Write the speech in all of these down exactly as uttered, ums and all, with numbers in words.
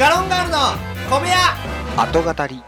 ガロンガールの小部屋後語り。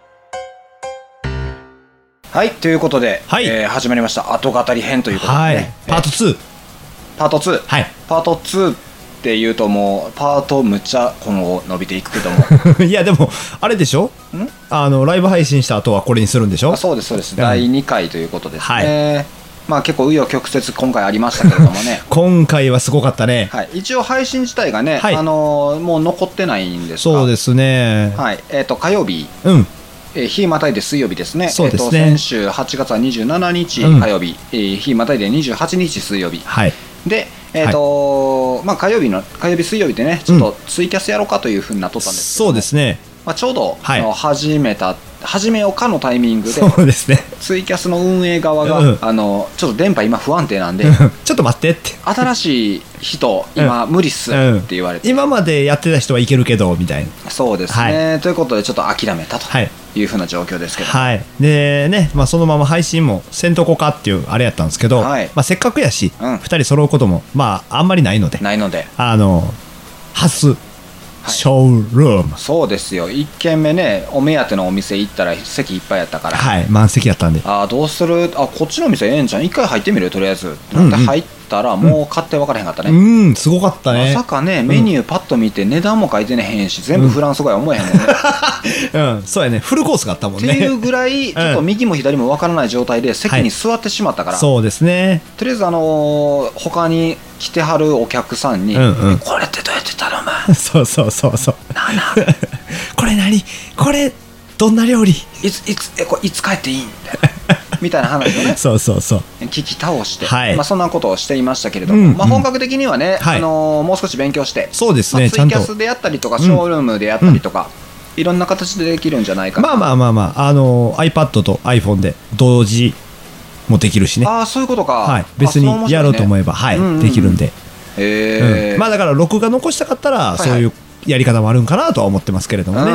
はい、ということで、 はい、 えー、始まりました後語り編ということで、ね、 はい、パートツー、 パートツー、 はい、 パートツーっていうともうパートむっちゃ今後伸びていくけどもいやでもあれでしょ、んあのライブ配信した後はこれにするんでしょ。 あ、そうですそうです、うん、だいにかいということですね、 はい、 まあ結構紆余曲折今回ありましたけれどもね今回はすごかったね、 はい、一応配信自体がね、 はい、 あのー、もう残ってないんですが、 そうですね、 はい、えーと火曜日、 うん、 えー、日またいで水曜日ですね。 そうですね。 えーと先週はちがつはにじゅうしちにち火曜日、うん、えー、日またいでにじゅうはちにち水曜日、 はい、 で、えーとはい、まあ、火曜日の火曜日水曜日でねちょっとツイキャスやろうかというふうになっとったんですけど、 うん、そうですね、 まあ、ちょうど、 はい、 の始めた始めようかのタイミングで、 そうですね、 ツイキャスの運営側が、うん、あのちょっと電波今不安定なんでちょっと待ってって新しい人今、うん、無理っすって言われて、 今までやってた人はいけるけどみたいな。 そうですね、はい、ということでちょっと諦めたというふうな状況ですけど、 はい、でね、まあ、そのまま配信もせんとこかっていうあれやったんですけど、はい、まあ、せっかくやし、うん、ふたり揃うこともまああんまりないのでないのであの初ショールーム、はい、 そうですよ。いっけんめねお目当てのお店行ったら席いっぱいやったから、 はい、満席やったんで、 あどうする、あこっちの店ええんじゃん、一回入ってみるとりあえずなんて入ったらもう買って分からへんかったね、 うん、うん、すごかったね。 まさかねメニューパッと見て値段も書いてねへんし全部フランス語や思えへんもんね、 うん、うん、そうやね、フルコースがあったもんねっていうぐらいちょっと右も左も分からない状態で席に座ってしまったから、はい、 そうですね、 とりあえずあのー、他に来てはるお客さんに、うんうん、これってどうやって頼むそうそうそうそうなんなんこれ何これどんな料理いついつえこれいつ帰っていいんみたいな話をねそうそうそう聞き倒して、 はい、 まあ、そんなことをしていましたけれども、うんうん、まあ、本格的にはね、はい、あのー、もう少し勉強して、 そうですね、 まあ、ツイキャスでやったりとかショールームでやったりとか、うん、いろんな形でできるんじゃないかな。 まあまあまあまあ、あのー、iPad と iPhone で同時もできるしね。 ああそういうことか、 はい、別にやろうと思えば、ね、はい、うんうん、できるんで、 へ、 うん、まあだから録画残したかったら、はいはい、そういうやり方もあるんかなとは思ってますけれどもね。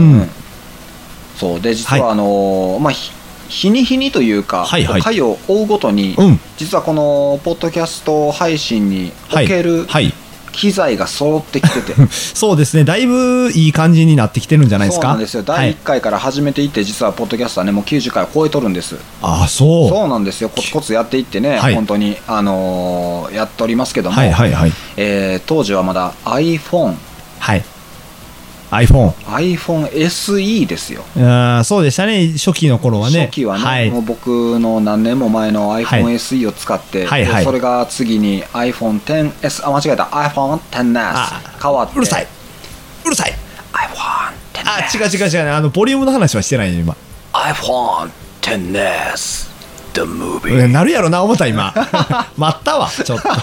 そうで実はあのーはい、まあ日に日にというか、はいはい、回を追うごとに、うん、実はこのポッドキャスト配信における、はいはい、機材が揃ってきててそうですね、だいぶいい感じになってきてるんじゃないですか。 そうなんですよ、だいいっかいから始めていって、はい、実はポッドキャストはねもうきゅうじゅっかいを超えとるんです。 ああそうそうなんですよ、コツコツやっていってね、はい、本当に、あのー、やっておりますけども、 はいはいはい、 えー、当時はまだ iPhone、 はい、iPhone、 iPhone エスイー ですよ。 あそうでしたね、初期の頃はね。 初期はね、 はい、 もう僕の何年も前の iPhone エスイー を使って、はいはいはい、それが次に iPhone テンエス、あ間違えた iPhone テンエス 変わって、 うるさいうるさい iPhone テンエス、 あ違う違う違う、あのボリュームの話はしてないよ今。 iPhone テンエスThe movie なるやろな思った今待ったわちょっと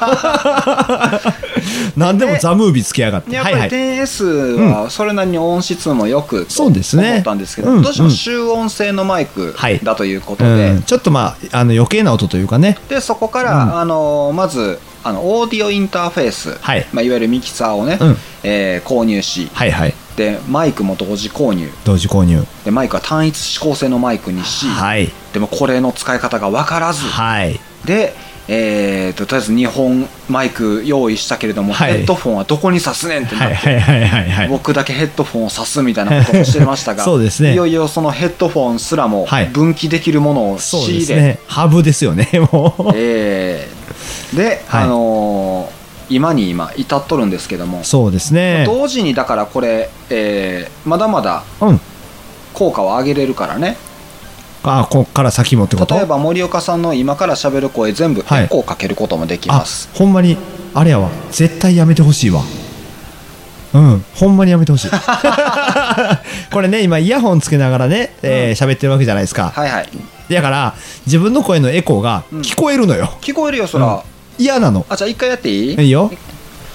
何でもザ・ムービーつけやがって。 やっぱり テンエス はそれなりに音質もよくと思ったんですけど、 うん、 どうしても集音性のマイクだということで、 はい、うん、ちょっとまあ、あの余計な音というかね。 でそこから、うん、あのまずあのオーディオインターフェース、はい、まあ、いわゆるミキサーをね、うん、えー、購入し、はいはい、でマイクも同時購入同時購入でマイクは単一指向性のマイクにし、はい、でもこれの使い方が分からず、はい、で、えー、ととりあえずにほんマイク用意したけれども、はい、ヘッドフォンはどこに挿すねんってなって、はいはいはいはい、僕だけヘッドフォンを挿すみたいなことをしてましたがそうです、ね、 いよいよそのヘッドフォンすらも分岐できるものを仕入れ、そうですね、 ハブですよねもう、 えー、で、はい、あのー今に今至っとるんですけども、 そうですね、 同時にだからこれ、えー、まだまだ効果を上げれるからね、 うん、ああこっから先もってこと。 例えば森岡さんの今から喋る声全部エコーかけることもできます、 はい、ほんまにあれやわ、絶対やめてほしいわ、うん、ほんまにやめてほしいこれね今イヤホンつけながらね、えー、喋ってるわけじゃないですか、はいはい、だから自分の声のエコーが聞こえるのよ、 うん、聞こえるよそら、うん、 嫌なの。 あ、じゃあ一回やっていい？ いいよ。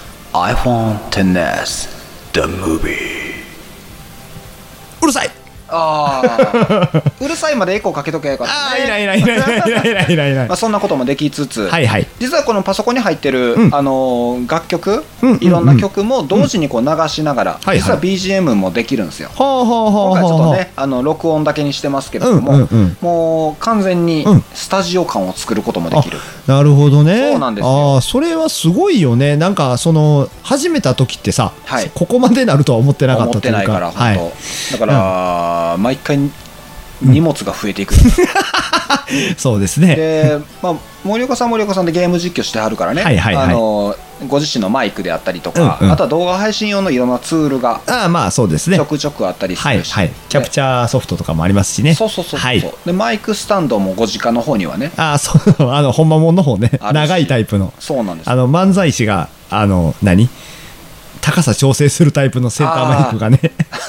iPhone テンエス The movie うるさいああうるさいまでエコーかけとけばよかったね。 ああいないいないいないいないいないいないいないまあそんなこともできつつ、 はいはい、 実はこのパソコンに入ってる、 うん、 あのー、楽曲、 うんうんうん、 いろんな曲も同時にこう流しながら、うん、実は ビージーエム もできるんですよ。 はあはあはあ、 今回ちょっとねあの録音だけにしてますけれども、うんうんうん、もう完全にスタジオ感を作ることもできる、 うん、なるほどね。 そうなんですよ。 あそれはすごいよね。なんかその始めた時ってさ、はい、ここまでなるとは思ってなかったというか、 思ってないから本当、はい、だから、うん、毎回荷物が増えていく、うん、 そうですね。 で、まあ、森岡さん森岡さんでゲーム実況してはるからね、はいはいはい、あのご自身のマイクであったりとか、うんうん、あとは動画配信用のいろんなツールがあまあそうですね、 ちょくちょくあったりするし、 はいはい、キャプチャーソフトとかもありますしね。 そうそうそうそう、はい、でマイクスタンドもご実家の方にはね、 あそうあのほんまもんの方ね、長いタイプの、 そうなんです、 あの漫才師があの何高さ調整するタイプのセンターマイクがね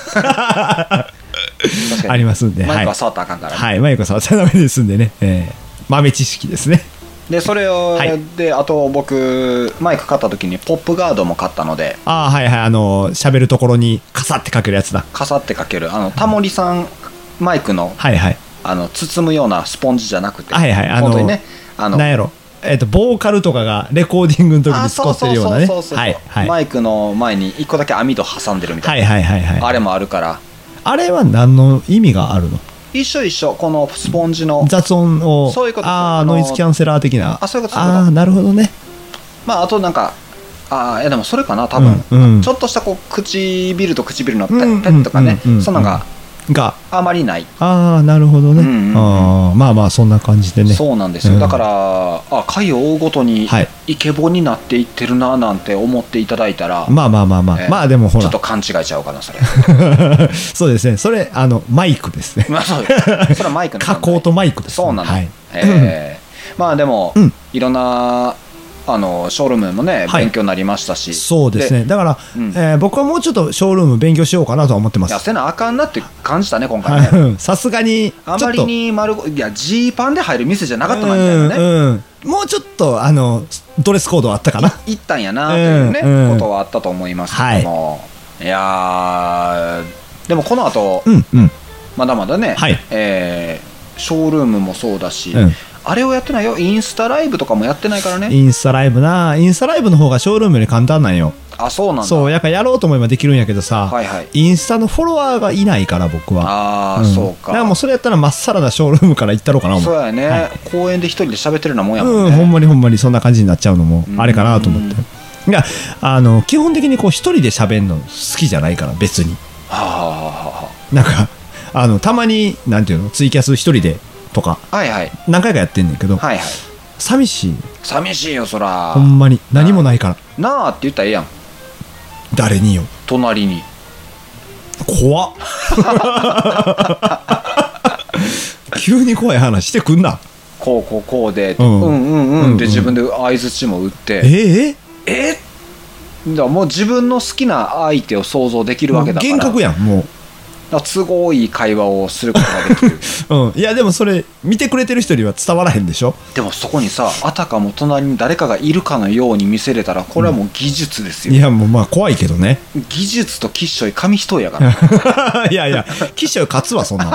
ありますんで、 マイクは触ったらあかんからね、 はい、マイクは触ったらダメですんでね、えー、豆知識ですね。 でそれを、はい、であと僕マイク買った時にポップガードも買ったので、 ああはいはい、あの喋るところにカサってかけるやつだ。 カサってかけるあのタモリさんマイクの、 はいはい、 あの包むようなスポンジじゃなくて、 はいはい、あの本当にね、あのなんやろ、えー、とボーカルとかがレコーディングの時に使ってるようなね、 マイクの前にいっこだけ網戸挟んでるみたいな、 はいはいはいはい、 あれもあるから。 あれは何の意味があるの？ 一緒一緒、このスポンジの雑音を、 そういうこと、 ああノイズキャンセラー的な、 あそういうこと、そういうこと、 ああなるほどね。 まああとなんかあいやでもそれかな多分、うんうん、ちょっとしたこう唇と唇のペッペッとかね、うんうんうんうん、そんなのががあまりない。 ああなるほどね、うんうんうん、あまあまあそんな感じでね。 そうなんですよ、うん、だからあ回を追うごとにイケボになっていってるななんて思っていただいたら、 まあまあまあまあ、えー、まあでもほらちょっと勘違いちゃうかなそれそうですね、それあのマイクですね。 まあそうですそれはマイクの加工とマイクです、ね、 そうなんだ、はい、えー、まあでも、うん、いろんなあのショールームもね、はい、勉強になりましたし。 そうですね、だから、うん、えー、僕はもうちょっとショールーム勉強しようかなとは思ってます。 いやせなあかんなって感じたね今回ね。 さすがにあまりに丸ごいやジーパンで入る店じゃなかったなみたいなね、 うんうん、もうちょっとあのドレスコードあったかな、 いったんやなというね、うんうん、ことはあったと思いますけども、はい、いやでもこの後、うんうん、まだまだね、はい、えー、ショールームもそうだし、うん、あれをやってないよ、インスタライブとかもやってないからね。 インスタライブな、インスタライブの方がショールームより簡単なんよ。 あ、そうなんだ。 そう、やっぱやろうと思えばできるんやけどさ、はいはい、インスタのフォロワーがいないから僕は。 ああ、うん、そうか。 だからもうそれやったらまっさらなショールームから行ったろうかな。 そうやね、はい、公園で一人で喋ってるようなもんやもんね。 うん、ほんまにほんまにそんな感じになっちゃうのもあれかなと思って。いや、あの基本的にこう一人で喋るの好きじゃないから別に。はあはあはあ。なんかあのたまになんていうの、ツイキャス一人でとか、はいはい、何回かやってんねんけど、はいはい、寂しい。 寂しいよそら。 ほんまに何もないから。 なあって言ったらええやん。 誰によ。 隣に。 怖っ急に怖い話してくんな。 こうこうこうで、うん、うんうんうんで自分で相づちも打って、 えー、 ええだからもう自分の好きな相手を想像できるわけだから。 幻覚やんもう。 都合いい会話をすることができる、 うん、いやでもそれ見てくれてる人には伝わらへんでしょ。 でもそこにさ、あたかも隣に誰かがいるかのように見せれたらこれはもう技術ですよ、 うん、いやもうまあ怖いけどね。 技術とキッショイ紙一重やからいやいやキッショイ勝つわそんなの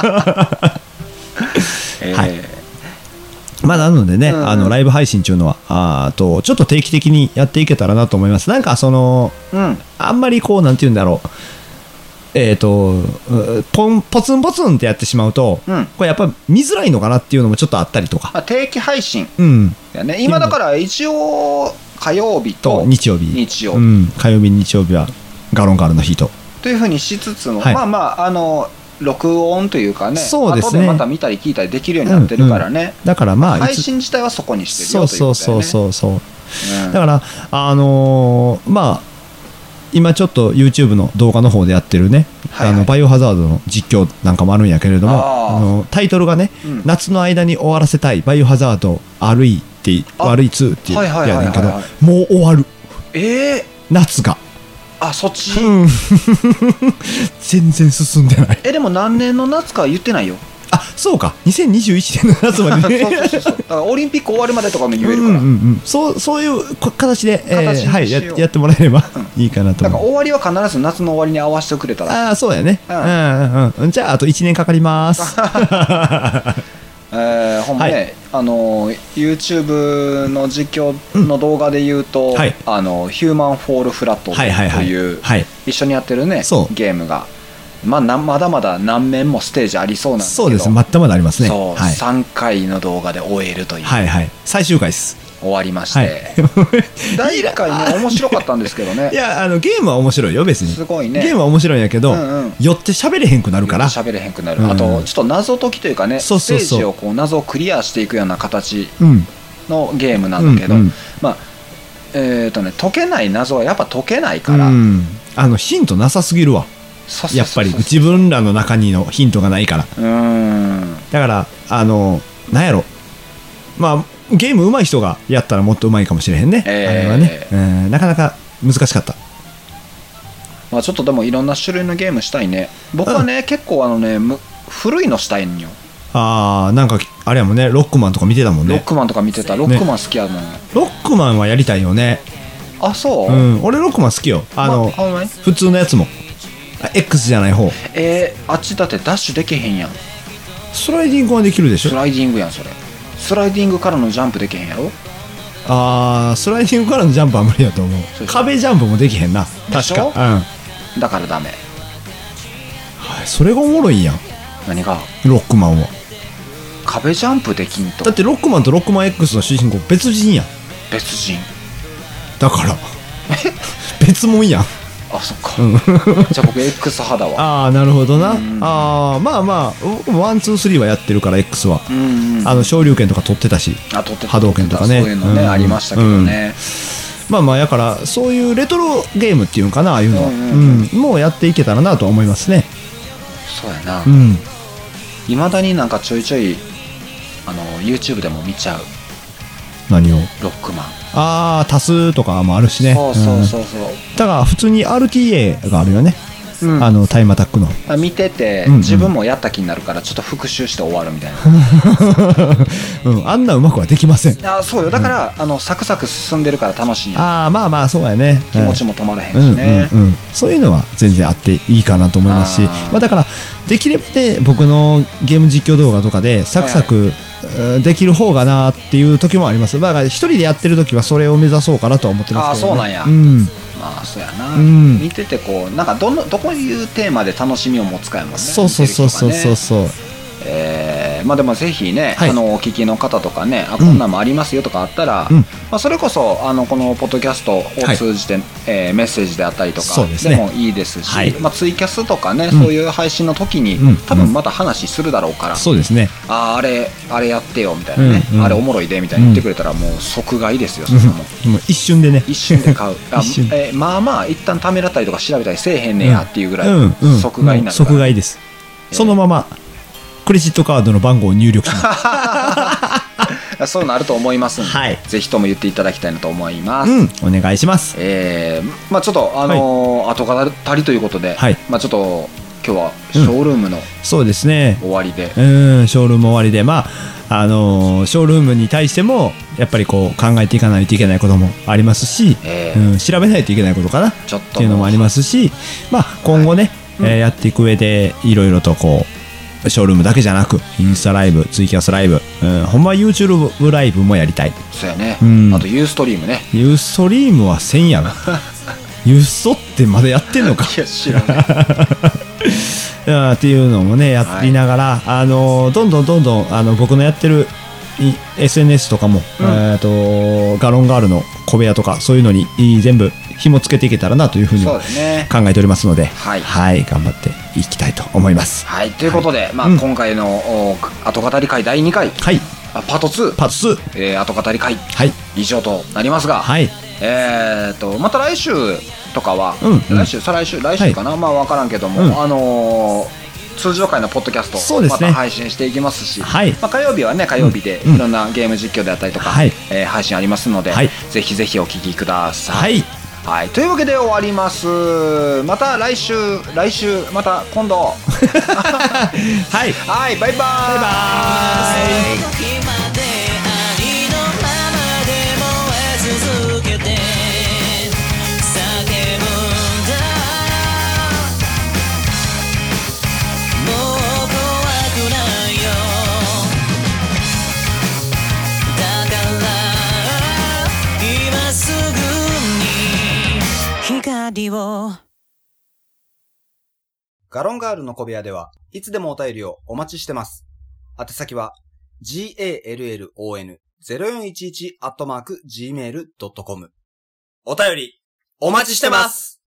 えー、はい、まあなのでね、うんうん、あのライブ配信っていうのはあとちょっと定期的にやっていけたらなと思います。なんかその、うん、あんまりこうなんていうんだろう、えーとポンポツンポツンってやってしまうと、うん、これやっぱ見づらいのかなっていうのもちょっとあったりとか、 まあ、定期配信、うんね、今だから一応火曜日と日曜日、 日曜日、 うん、火曜日日曜日はガロンガールの日とというふうにしつつも、はい、まあまああの録音というかね、 そうですね、 後でまた見たり聞いたりできるようになってるからね、うんうん、 だからまあ配信自体はそこにしてるよということだよね。 そうそうそうそう、うん、だからあのー、まあ今ちょっと YouTube の動画の方でやってるね、はいはい、あのバイオハザードの実況なんかもあるんやけれども、ああのタイトルがね、うん、夏の間に終わらせたいバイオハザード アールイー ってアールイーツー っていうやねんけど、もう終わる、えー、夏があそっち、 うん、全然進んでない。 えでも何年の夏かは言ってないよ。 あそうかにせんにじゅういちねんの夏までねそうそうそうそう、だからオリンピック終わるまでとかも言えるから、うんうんうん、 そうそういう形で、えー、はい、や, やってもらえれば、 うん、 いいかなと思う。 だから終わりは必ず夏の終わりに合わせてくれたら。 ああそうやね、うんうんうん、じゃああといちねんかかりますえー、ほんまね、はい、あの YouTube の実況の動画で言うと、うんはい、あのヒューマンフォールフラットという、はいはいはい、一緒にやってるねゲームが、まあ、なまだまだ何面もステージありそうなんですけど、 そうです、まだまだありますね。 そう、はい、さんかいの動画で終えるという、 はいはい、最終回です終わりまして、はい、だいいっかいね面白かったんですけどね。 いやあのゲームは面白いよ別に。 すごいね。 ゲームは面白いんやけど、うんうん、寄って喋れへんくなるから。 喋れへんくなる。うん、あとちょっと謎解きというかね、そうそうそう、ステージをこう謎をクリアしていくような形のゲームなんだけど、うんうん、まあえっとね解けない謎はやっぱ解けないから、うん、 あのヒントなさすぎるわ。そうそうそうそう、やっぱり自分らの中にのヒントがないから。うん、だからあのなんやろ、まあゲーム上手い人がやったらもっと上手いかもしれへんね、えー、あれはね、うん、なかなか難しかった。 まあちょっとでもいろんな種類のゲームしたいね。僕はね、うん、結構あのね古いのしたいんよ。 ああなんかあれやもんね、ロックマンとか見てたもんね。 ロックマンとか見てた。ロックマン好きやもん、ね、 ロックマンはやりたいよね。 あそう、 うん、俺ロックマン好きよ。あの、まあ、普通のやつも X じゃない方。 えー、あっちだってダッシュできへんやん。 スライディングはできるでしょ。 スライディングやんそれ。スライディングからのジャンプできへんやろ。 あースライディングからのジャンプは無理やと思う。壁ジャンプもできへんな確か、 うん、だからダメ、 はい、それがおもろいやん。 何が？ ロックマンは壁ジャンプできんと。 だってロックマンとロックマン X の主人公別人やん。 別人だから別もんやん。 あそっか、うん、じゃあ僕 X 派だわ。 ああなるほどな。あまあまあワンツースリーはやってるから X は、うんうん、あの昇竜拳とか取ってたし、 あ取ってた波動拳とかね、 そういうのね、うん、ありましたけどね、 うん、まあまあやからそういうレトロゲームっていうのかな、ああいうのは、うんうんうん、もうやっていけたらなと思いますね。 そうやな。いま、 うん、 だになんかちょいちょいあの YouTube でも見ちゃう。 何を？ ロックマン。 ああ多数とかもあるしね。 そうそうそうそう、うん、 だから普通に アールティーエー があるよね、うん、あのタイムアタックの見てて、うんうん、自分もやった気になるからちょっと復習して終わるみたいな、 うん、あんなうまくはできません。 あそうよ。だから、うん、あのサクサク進んでるから楽しい。 ああまあまあそうやね。 気持ちも止まらへんしね、 うんうんうん、そういうのは全然あっていいかなと思いますし、あ、まあ、だからできればね僕のゲーム実況動画とかでサクサク、はいはいできる方がなっていう時もあります。だから一人でやってる時はそれを目指そうかなとは思ってますけどね。 ああそうなんや、 うん、 まあそうやな、うん、見ててこうなんかどのどこいうテーマで楽しみを持つかやもんね。 そうそうそうそうそうそう、 えー、まあでもぜひね、はい、あのお聞きの方とかね、あこんなんもありますよとかあったら、うん、まあ、それこそあのこのポッドキャストを通じて、はい、えー、メッセージであったりとか で, でもいいですし、はい、まあ、ツイキャスとかね、うん、そういう配信の時に、うん、多分また話するだろうから、うん、 そうですね。 ああれあれやってよみたいなね、うんうん、あれおもろいでみたいに言ってくれたらもう即買いですよ、そんなもん、 うん、もう一瞬でね一瞬で買うあ、えー、まあまあ一旦ためらったりとか調べたりせえへんねやっていうぐらい、うんうん、即買いになるから、 即買いです、えー、そのままクレジットカードの番号を入力しますそういうのあると思いますので、はい、ぜひとも言っていただきたいなと思います、 うん、お願いします。 えーまあ、ちょっと、あのーはい、後語りということで、はい、まあ、ちょっと今日はショールームの、うん、 そうですね、 終わりで、 うん、ショールーム終わりで、まああのー、ショールームに対してもやっぱりこう考えていかないといけないこともありますし、えーうん、調べないといけないことかなちょっとっていうのもありますし、まあ、今後ね、はい、えー、やっていく上でいろいろとこうショールームだけじゃなくインスタライブ、ツイキャスライブ、うん、ほんまは YouTube ライブもやりたい。 そうやね、うん、あとユーストリームね。 ユーストリームはせんやろユーストってまだやってんのかいや知らないっていうのもねやりながら、はい、あのどんどんどんどんあの僕のやってるエスエヌエス とかも、うん、えーとガロンガールの小部屋とかそういうのに全部紐つけていけたらなというふうに考えておりますので、はい、はい、頑張っていきたいと思います。 はい、ということで、はい、まあ、うん、今回の後語り会だいにかい、はい、パートツー、 パートツー、 えー、後語り会、はい、以上となりますが、はい、えーとまた来週とかは、うんうん、来週再来週来週かな、はい、まあ分からんけども、うん、あのー通常回のポッドキャストをまた配信していきますし、はい、まあ、火曜日はね火曜日でいろんなゲーム実況であったりとか、うん、えー、配信ありますので、はい、ぜひぜひお聞きください、はいはい、というわけで終わります。また来週来週また今度はい、はい、バイバイバイバイ。 ガロンガールの小部屋ではいつでもお便りをお待ちしてます。宛先は ガロンゼロよんいちいち アットマーク ジーメール ドットコム。お便りお待ちしてます。